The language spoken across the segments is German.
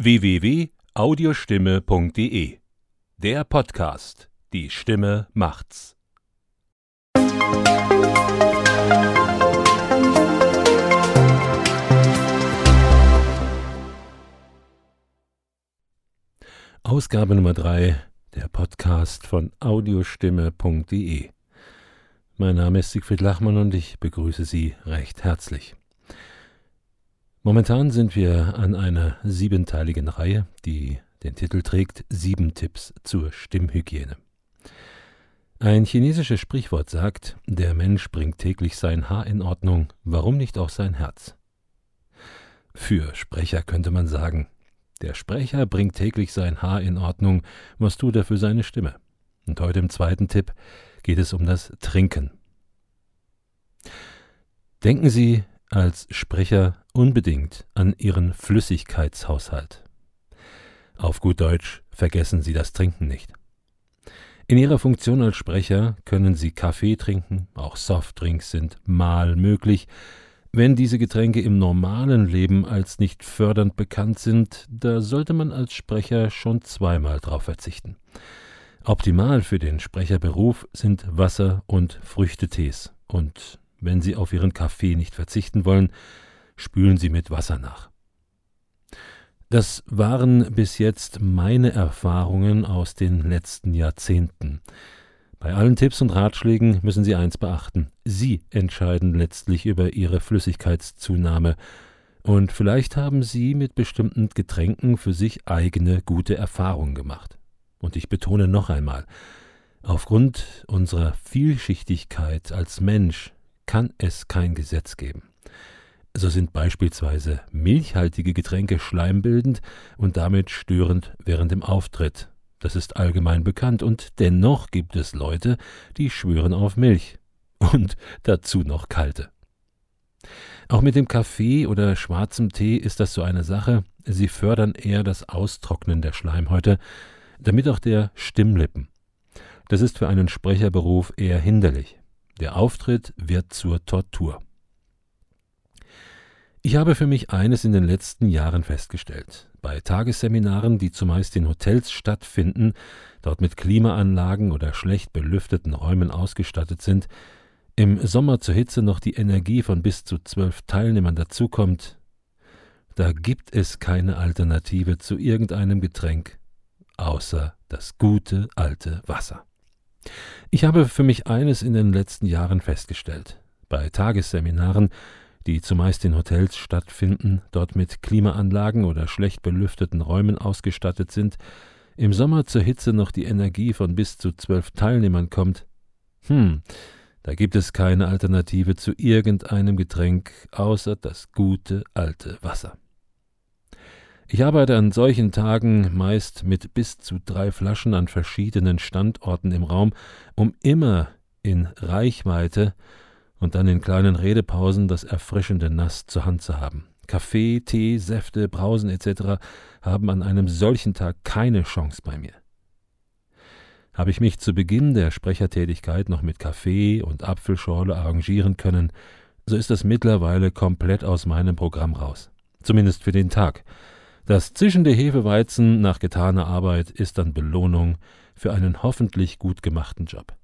www.audiostimme.de. Der Podcast. Die Stimme macht's. Ausgabe Nummer 3, der Podcast von audiostimme.de. Mein Name ist Siegfried Lachmann und ich begrüße Sie recht herzlich. Momentan sind wir an einer 7-teiligen Reihe, die den Titel trägt 7 Tipps zur Stimmhygiene. Ein chinesisches Sprichwort sagt, der Mensch bringt täglich sein Haar in Ordnung, warum nicht auch sein Herz? Für Sprecher könnte man sagen, der Sprecher bringt täglich sein Haar in Ordnung, was tut er für seine Stimme? Und heute im zweiten Tipp geht es um das Trinken. Denken Sie als Sprecher unbedingt an Ihren Flüssigkeitshaushalt. Auf gut Deutsch, vergessen Sie das Trinken nicht. In Ihrer Funktion als Sprecher können Sie Kaffee trinken, auch Softdrinks sind mal möglich. Wenn diese Getränke im normalen Leben als nicht fördernd bekannt sind, da sollte man als Sprecher schon zweimal drauf verzichten. Optimal für den Sprecherberuf sind Wasser- und Früchtetees. Und wenn Sie auf Ihren Kaffee nicht verzichten wollen, spülen Sie mit Wasser nach. Das waren bis jetzt meine Erfahrungen aus den letzten Jahrzehnten. Bei allen Tipps und Ratschlägen müssen Sie eins beachten. Sie entscheiden letztlich über Ihre Flüssigkeitszunahme. Und vielleicht haben Sie mit bestimmten Getränken für sich eigene gute Erfahrungen gemacht. Und ich betone noch einmal, aufgrund unserer Vielschichtigkeit als Mensch kann es kein Gesetz geben. So sind beispielsweise milchhaltige Getränke schleimbildend und damit störend während dem Auftritt. Das ist allgemein bekannt und dennoch gibt es Leute, die schwören auf Milch. Und dazu noch kalte. Auch mit dem Kaffee oder schwarzem Tee ist das so eine Sache. Sie fördern eher das Austrocknen der Schleimhäute, damit auch der Stimmlippen. Das ist für einen Sprecherberuf eher hinderlich. Der Auftritt wird zur Tortur. Ich habe für mich eines in den letzten Jahren festgestellt. Bei Tagesseminaren, die zumeist in Hotels stattfinden, dort mit Klimaanlagen oder schlecht belüfteten Räumen ausgestattet sind, im Sommer zur Hitze noch die Energie von bis zu 12 Teilnehmern dazukommt, da gibt es keine Alternative zu irgendeinem Getränk, außer das gute alte Wasser. Ich habe für mich eines in den letzten Jahren festgestellt. Bei Tagesseminaren, die zumeist in Hotels stattfinden, dort mit Klimaanlagen oder schlecht belüfteten Räumen ausgestattet sind, im Sommer zur Hitze noch die Energie von bis zu 12 Teilnehmern kommt, da gibt es keine Alternative zu irgendeinem Getränk, außer das gute alte Wasser. Ich arbeite an solchen Tagen meist mit bis zu 3 Flaschen an verschiedenen Standorten im Raum, um immer in Reichweite und dann in kleinen Redepausen das erfrischende Nass zur Hand zu haben. Kaffee, Tee, Säfte, Brausen etc. haben an einem solchen Tag keine Chance bei mir. Habe ich mich zu Beginn der Sprechertätigkeit noch mit Kaffee und Apfelschorle arrangieren können, so ist das mittlerweile komplett aus meinem Programm raus. Zumindest für den Tag. Das zischende Hefeweizen nach getaner Arbeit ist dann Belohnung für einen hoffentlich gut gemachten Job.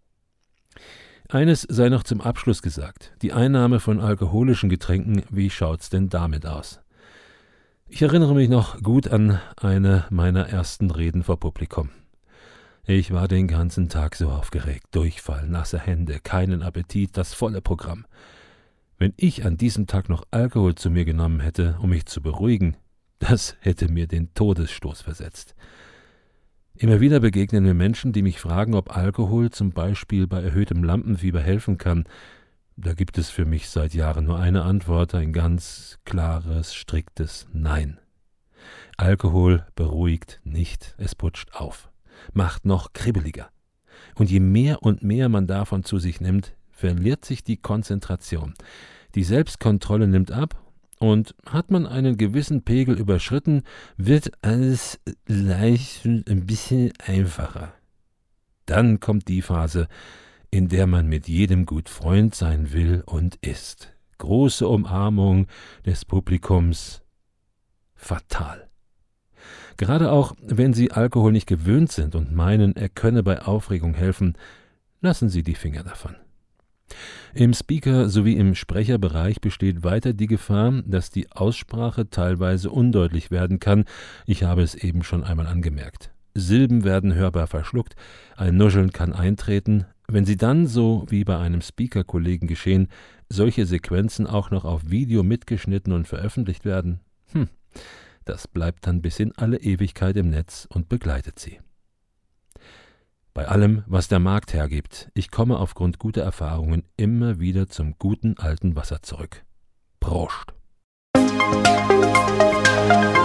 Eines sei noch zum Abschluss gesagt, die Einnahme von alkoholischen Getränken, wie schaut's denn damit aus? Ich erinnere mich noch gut an eine meiner ersten Reden vor Publikum. Ich war den ganzen Tag so aufgeregt, Durchfall, nasse Hände, keinen Appetit, das volle Programm. Wenn ich an diesem Tag noch Alkohol zu mir genommen hätte, um mich zu beruhigen, das hätte mir den Todesstoß versetzt. Immer wieder begegnen mir Menschen, die mich fragen, ob Alkohol zum Beispiel bei erhöhtem Lampenfieber helfen kann. Da gibt es für mich seit Jahren nur eine Antwort, ein ganz klares, striktes Nein. Alkohol beruhigt nicht, es putscht auf, macht noch kribbeliger. Und je mehr und mehr man davon zu sich nimmt, verliert sich die Konzentration. Die Selbstkontrolle nimmt ab. Und hat man einen gewissen Pegel überschritten, wird alles leicht und ein bisschen einfacher. Dann kommt die Phase, in der man mit jedem gut Freund sein will und ist. Große Umarmung des Publikums. Fatal. Gerade auch, wenn Sie Alkohol nicht gewöhnt sind und meinen, er könne bei Aufregung helfen, lassen Sie die Finger davon. Im Speaker- sowie im Sprecherbereich besteht weiter die Gefahr, dass die Aussprache teilweise undeutlich werden kann. Ich habe es eben schon einmal angemerkt. Silben werden hörbar verschluckt, ein Nuscheln kann eintreten. Wenn Sie dann, so wie bei einem Speaker-Kollegen geschehen, solche Sequenzen auch noch auf Video mitgeschnitten und veröffentlicht werden, das bleibt dann bis in alle Ewigkeit im Netz und begleitet Sie. Bei allem, was der Markt hergibt, ich komme aufgrund guter Erfahrungen immer wieder zum guten alten Wasser zurück. Prost!